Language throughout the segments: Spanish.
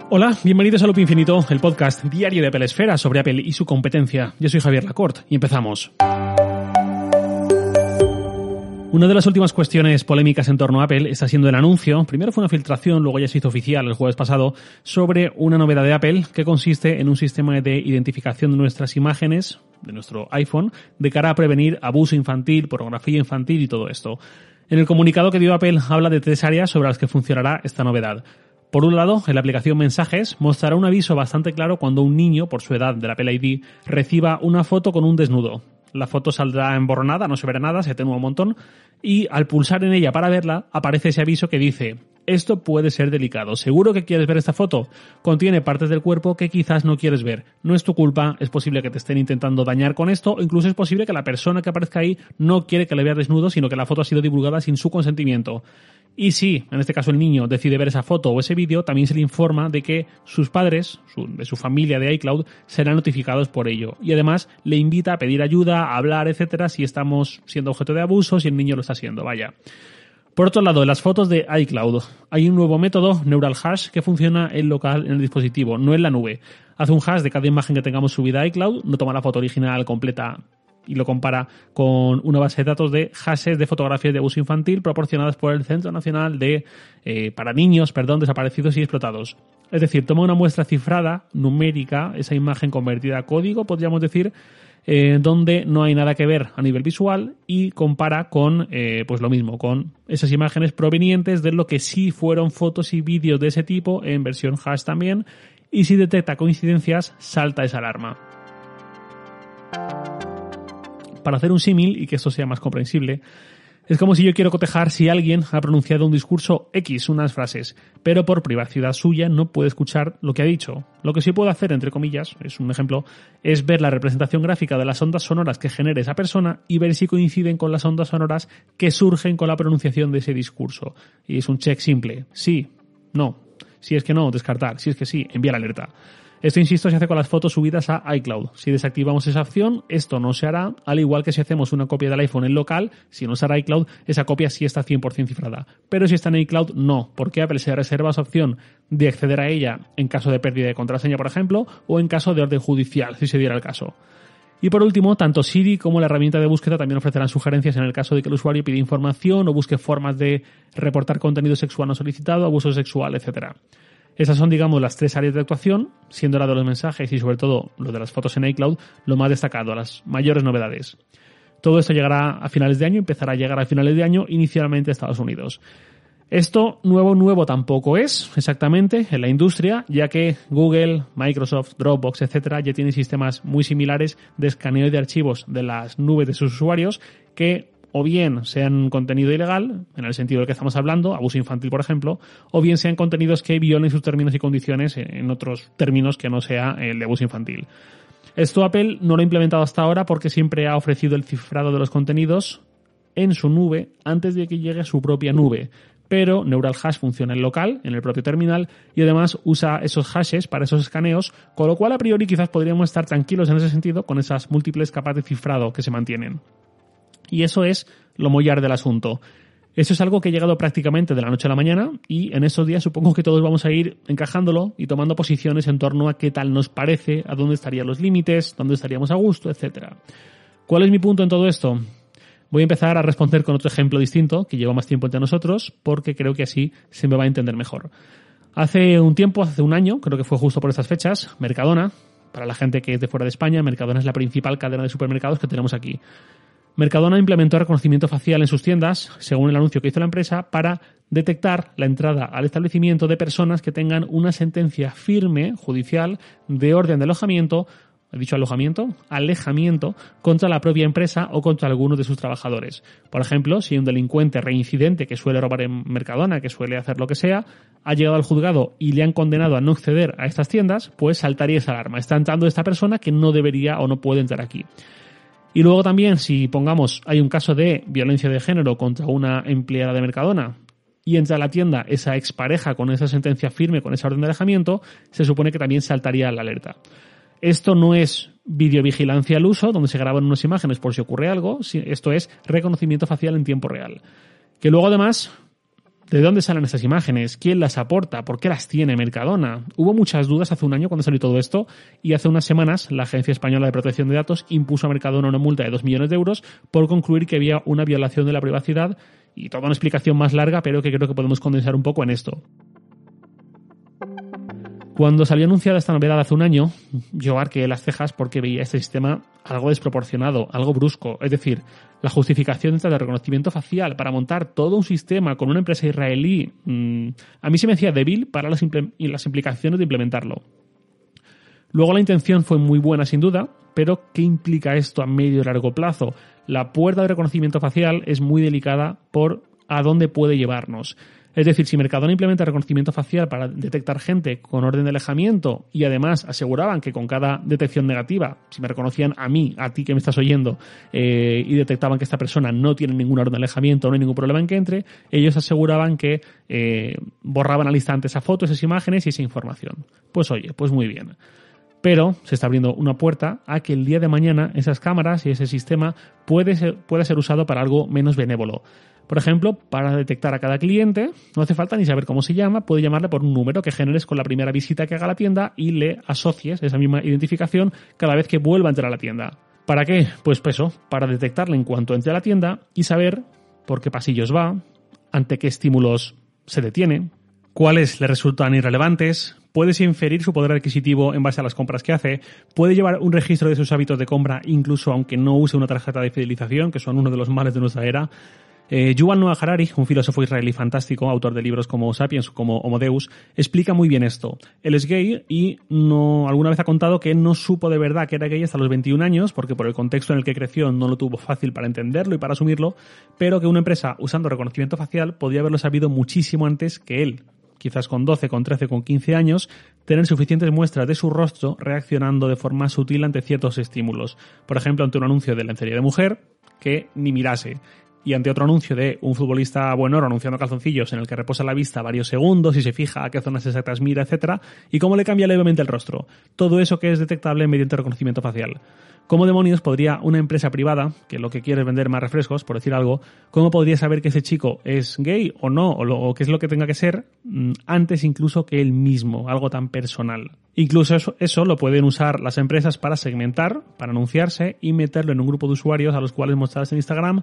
Hola, bienvenidos a Loop Infinito, el podcast diario de Apple Esfera sobre Apple y su competencia. Yo soy Javier Lacorte y empezamos. Una de las últimas cuestiones polémicas en torno a Apple está siendo el anuncio, primero fue una filtración, luego ya se hizo oficial el jueves pasado, sobre una novedad de Apple que consiste en un sistema de identificación de nuestras imágenes, de nuestro iPhone, de cara a prevenir abuso infantil, pornografía infantil y todo esto. En el comunicado que dio Apple habla de 3 áreas sobre las que funcionará esta novedad. Por un lado, en la aplicación Mensajes mostrará un aviso bastante claro cuando un niño, por su edad del Apple ID, reciba una foto con un desnudo. La foto saldrá emborronada, no se verá nada, se atenúa un montón, y al pulsar en ella para verla, aparece ese aviso que dice: esto puede ser delicado, ¿seguro que quieres ver esta foto? Contiene partes del cuerpo que quizás no quieres ver. No es tu culpa, es posible que te estén intentando dañar con esto, o incluso es posible que la persona que aparezca ahí no quiere que le veas desnudo, sino que la foto ha sido divulgada sin su consentimiento. Y si, en este caso el niño, decide ver esa foto o ese vídeo, también se le informa de que sus padres, de su familia de iCloud, serán notificados por ello. Y además le invita a pedir ayuda, a hablar, etcétera, si estamos siendo objeto de abuso, si el niño lo está siendo, vaya. Por otro lado, en las fotos de iCloud hay un nuevo método, Neural Hash, que funciona en local en el dispositivo, no en la nube. Hace un hash de cada imagen que tengamos subida a iCloud, no toma la foto original completa y lo compara con una base de datos de hashes de fotografías de abuso infantil proporcionadas por el Centro Nacional para Niños Desaparecidos y Explotados. Es decir, toma una muestra cifrada, numérica, esa imagen convertida a código, podríamos decir, donde no hay nada que ver a nivel visual y compara con pues lo mismo, con esas imágenes provenientes de lo que sí fueron fotos y vídeos de ese tipo en versión hash también, y si detecta coincidencias, salta esa alarma. Para hacer un símil y que esto sea más comprensible, es como si yo quiero cotejar si alguien ha pronunciado un discurso X, unas frases, pero por privacidad suya no puede escuchar lo que ha dicho. Lo que sí puedo hacer, entre comillas, es un ejemplo, es ver la representación gráfica de las ondas sonoras que genere esa persona y ver si coinciden con las ondas sonoras que surgen con la pronunciación de ese discurso. Y es un check simple. Sí, no. Si es que no, descartar. Si es que sí, enviar alerta. Esto, insisto, se hace con las fotos subidas a iCloud. Si desactivamos esa opción, esto no se hará, al igual que si hacemos una copia del iPhone en local, si no usara iCloud, esa copia sí está 100% cifrada. Pero si está en iCloud, no, porque Apple se reserva esa opción de acceder a ella en caso de pérdida de contraseña, por ejemplo, o en caso de orden judicial, si se diera el caso. Y por último, tanto Siri como la herramienta de búsqueda también ofrecerán sugerencias en el caso de que el usuario pida información o busque formas de reportar contenido sexual no solicitado, abuso sexual, etc. Esas son, digamos, las 3 áreas de actuación, siendo la de los mensajes y sobre todo lo de las fotos en iCloud lo más destacado, las mayores novedades. Todo esto llegará a finales de año, empezará a llegar a finales de año, inicialmente a Estados Unidos. Esto nuevo tampoco es exactamente en la industria, ya que Google, Microsoft, Dropbox, etcétera, ya tienen sistemas muy similares de escaneo de archivos de las nubes de sus usuarios que o bien sean contenido ilegal, en el sentido del que estamos hablando, abuso infantil, por ejemplo, o bien sean contenidos que violen sus términos y condiciones en otros términos que no sea el de abuso infantil. Esto Apple no lo ha implementado hasta ahora porque siempre ha ofrecido el cifrado de los contenidos en su nube antes de que llegue a su propia nube. Pero Neural Hash funciona en local, en el propio terminal, y además usa esos hashes para esos escaneos, con lo cual a priori quizás podríamos estar tranquilos en ese sentido con esas múltiples capas de cifrado que se mantienen. Y eso es lo mollar del asunto. Eso es algo que ha llegado prácticamente de la noche a la mañana y en estos días supongo que todos vamos a ir encajándolo y tomando posiciones en torno a qué tal nos parece, a dónde estarían los límites, dónde estaríamos a gusto, etc. ¿Cuál es mi punto en todo esto? Voy a empezar a responder con otro ejemplo distinto que lleva más tiempo entre nosotros porque creo que así se me va a entender mejor. Hace un año, creo que fue justo por estas fechas, Mercadona, para la gente que es de fuera de España, Mercadona es la principal cadena de supermercados que tenemos aquí. Mercadona implementó reconocimiento facial en sus tiendas, según el anuncio que hizo la empresa, para detectar la entrada al establecimiento de personas que tengan una sentencia firme, judicial, de orden de alojamiento, ¿he dicho alojamiento? Alejamiento, contra la propia empresa o contra alguno de sus trabajadores. Por ejemplo, si un delincuente reincidente que suele robar en Mercadona, que suele hacer lo que sea, ha llegado al juzgado y le han condenado a no acceder a estas tiendas, pues saltaría esa alarma. Está entrando esta persona que no debería o no puede entrar aquí. Y luego también, si pongamos, hay un caso de violencia de género contra una empleada de Mercadona y entra a la tienda esa expareja con esa sentencia firme, con esa orden de alejamiento, se supone que también saltaría la alerta. Esto no es videovigilancia al uso, donde se graban unas imágenes por si ocurre algo, esto es reconocimiento facial en tiempo real. Que luego además ¿De dónde salen estas imágenes? ¿Quién las aporta? ¿Por qué las tiene Mercadona? Hubo muchas dudas hace un año cuando salió todo esto y hace unas semanas la Agencia Española de Protección de Datos impuso a Mercadona una multa de 2 millones de euros por concluir que había una violación de la privacidad y toda una explicación más larga, pero que creo que podemos condensar un poco en esto. Cuando salió anunciada esta novedad hace un año, yo arqueé las cejas porque veía este sistema algo desproporcionado, algo brusco. Es decir, la justificación de reconocimiento facial para montar todo un sistema con una empresa israelí, a mí se me hacía débil para las implicaciones de implementarlo. Luego la intención fue muy buena sin duda, pero ¿qué implica esto a medio y largo plazo? La puerta de reconocimiento facial es muy delicada por a dónde puede llevarnos. Es decir, si Mercadona implementa reconocimiento facial para detectar gente con orden de alejamiento y además aseguraban que con cada detección negativa, si me reconocían a mí, a ti que me estás oyendo, y detectaban que esta persona no tiene ningún orden de alejamiento, no hay ningún problema en que entre, ellos aseguraban que borraban al instante esa foto, esas imágenes y esa información. Pues oye, pues muy bien. Pero se está abriendo una puerta a que el día de mañana esas cámaras y ese sistema pueda ser usado para algo menos benévolo. Por ejemplo, para detectar a cada cliente, no hace falta ni saber cómo se llama, puedes llamarle por un número que generes con la primera visita que haga a la tienda y le asocies esa misma identificación cada vez que vuelva a entrar a la tienda. ¿Para qué? Pues eso, para detectarle en cuanto entre a la tienda y saber por qué pasillos va, ante qué estímulos se detiene, cuáles le resultan irrelevantes. Puedes inferir su poder adquisitivo en base a las compras que hace. Puede llevar un registro de sus hábitos de compra, incluso aunque no use una tarjeta de fidelización, que son uno de los males de nuestra era. Yuval Noah Harari, un filósofo israelí fantástico, autor de libros como Sapiens, como Homo Deus, explica muy bien esto. Él es gay y alguna vez ha contado que no supo de verdad que era gay hasta los 21 años, porque por el contexto en el que creció no lo tuvo fácil para entenderlo y para asumirlo, pero que una empresa usando reconocimiento facial podía haberlo sabido muchísimo antes que él. Quizás con 12, con 13, con 15 años, tener suficientes muestras de su rostro reaccionando de forma sutil ante ciertos estímulos. Por ejemplo, ante un anuncio de lencería de mujer, que ni mirase. Y ante otro anuncio de un futbolista buenoro anunciando calzoncillos en el que reposa la vista varios segundos y se fija a qué zonas exactas mira, etc. Y cómo le cambia levemente el rostro. Todo eso que es detectable mediante reconocimiento facial. ¿Cómo demonios podría una empresa privada, que lo que quiere es vender más refrescos, por decir algo, cómo podría saber que ese chico es gay o no, o qué es lo que tenga que ser, antes incluso que él mismo, algo tan personal? Incluso eso lo pueden usar las empresas para segmentar, para anunciarse y meterlo en un grupo de usuarios a los cuales mostrarles en Instagram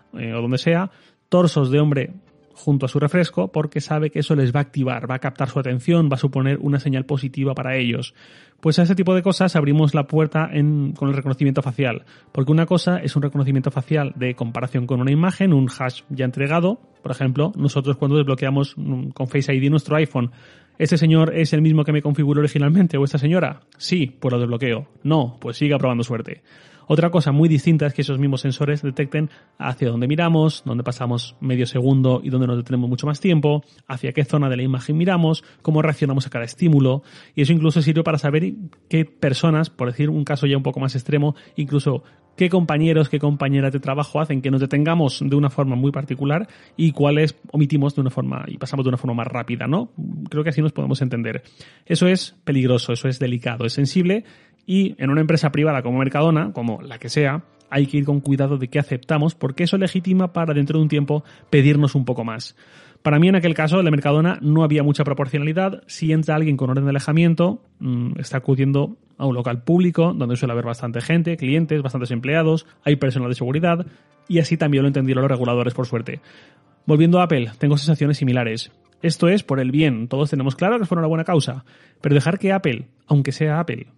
o donde sea, torsos de hombre junto a su refresco, porque sabe que eso les va a activar, va a captar su atención, va a suponer una señal positiva para ellos. Pues a ese tipo de cosas abrimos la puerta con el reconocimiento facial, porque una cosa es un reconocimiento facial de comparación con una imagen, un hash ya entregado. Por ejemplo, nosotros cuando desbloqueamos con Face ID nuestro iPhone, ¿este señor es el mismo que me configuró originalmente o esta señora? Sí, pues lo desbloqueo. No, pues siga probando suerte. Otra cosa muy distinta es que esos mismos sensores detecten hacia dónde miramos, dónde pasamos medio segundo y dónde nos detenemos mucho más tiempo, hacia qué zona de la imagen miramos, cómo reaccionamos a cada estímulo, y eso incluso sirve para saber qué personas, por decir un caso ya un poco más extremo, incluso qué compañeros, qué compañeras de trabajo hacen que nos detengamos de una forma muy particular y cuáles omitimos de una forma y pasamos de una forma más rápida, ¿no? Creo que así nos podemos entender. Eso es peligroso, eso es delicado, es sensible. Y en una empresa privada como Mercadona, como la que sea, hay que ir con cuidado de qué aceptamos, porque eso legitima para dentro de un tiempo pedirnos un poco más. Para mí en aquel caso, en la Mercadona no había mucha proporcionalidad. Si entra alguien con orden de alejamiento, está acudiendo a un local público donde suele haber bastante gente, clientes, bastantes empleados, hay personal de seguridad y así también lo entendieron los reguladores, por suerte. Volviendo a Apple, tengo sensaciones similares. Esto es por el bien, todos tenemos claro que es por una buena causa, pero dejar que Apple, aunque sea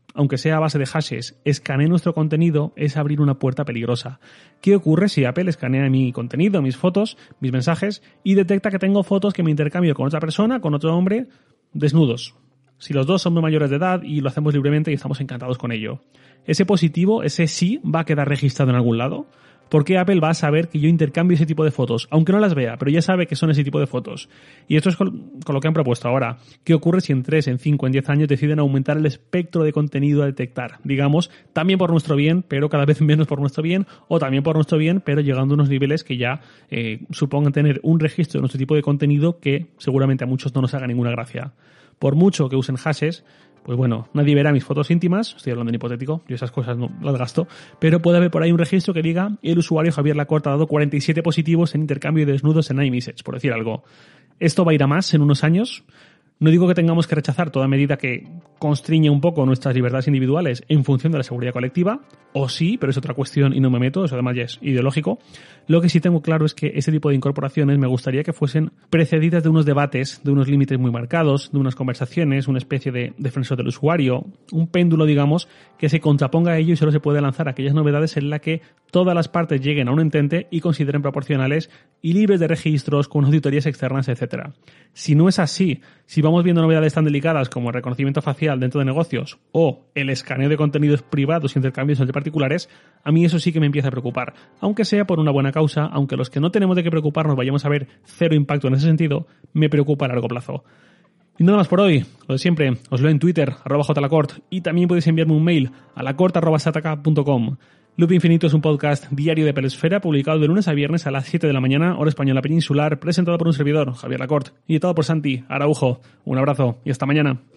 a base de hashes, escanee nuestro contenido es abrir una puerta peligrosa. ¿Qué ocurre si Apple escanea mi contenido, mis fotos, mis mensajes y detecta que tengo fotos que me intercambio con otra persona, con otro hombre, desnudos? Si los dos somos mayores de edad y lo hacemos libremente y estamos encantados con ello. ¿Ese positivo, ese sí, va a quedar registrado en algún lado? ¿Por qué Apple va a saber que yo intercambio ese tipo de fotos? Aunque no las vea, pero ya sabe que son ese tipo de fotos. Y esto es con lo que han propuesto ahora. ¿Qué ocurre si en 3, en 5, en 10 años deciden aumentar el espectro de contenido a detectar? Digamos, también por nuestro bien, pero cada vez menos por nuestro bien, o también por nuestro bien, pero llegando a unos niveles que ya supongan tener un registro de nuestro tipo de contenido que seguramente a muchos no nos haga ninguna gracia. Por mucho que usen hashes, Pues bueno, nadie verá mis fotos íntimas, estoy hablando en hipotético, yo esas cosas no las gasto, pero puede haber por ahí un registro que diga el usuario Javier Lacorte ha dado 47 positivos en intercambio de desnudos en iMessage, por decir algo. Esto va a ir a más en unos años. No digo que tengamos que rechazar toda medida que constriñe un poco nuestras libertades individuales en función de la seguridad colectiva, o sí, pero es otra cuestión y no me meto, eso además ya es ideológico. Lo que sí tengo claro es que ese tipo de incorporaciones me gustaría que fuesen precedidas de unos debates, de unos límites muy marcados, de unas conversaciones, una especie de defensor del usuario, un péndulo, digamos, que se contraponga a ello y solo se puede lanzar aquellas novedades en las que todas las partes lleguen a un entente y consideren proporcionales y libres de registros, con auditorías externas, etc. Si no es así, si vamos viendo novedades tan delicadas como el reconocimiento facial dentro de negocios o el escaneo de contenidos privados y intercambios entre particulares, a mí eso sí que me empieza a preocupar. Aunque sea por una buena causa, aunque los que no tenemos de qué preocuparnos vayamos a ver cero impacto en ese sentido, me preocupa a largo plazo. Y nada más por hoy, lo de siempre, os leo en Twitter, @jlacort, y también podéis enviarme un mail a lacort@sataka.com. Loop Infinito es un podcast diario de Pelesfera, publicado de lunes a viernes a las 7 de la mañana, hora española peninsular, presentado por un servidor, Javier Lacorte, y editado por Santi Araujo. Un abrazo y hasta mañana.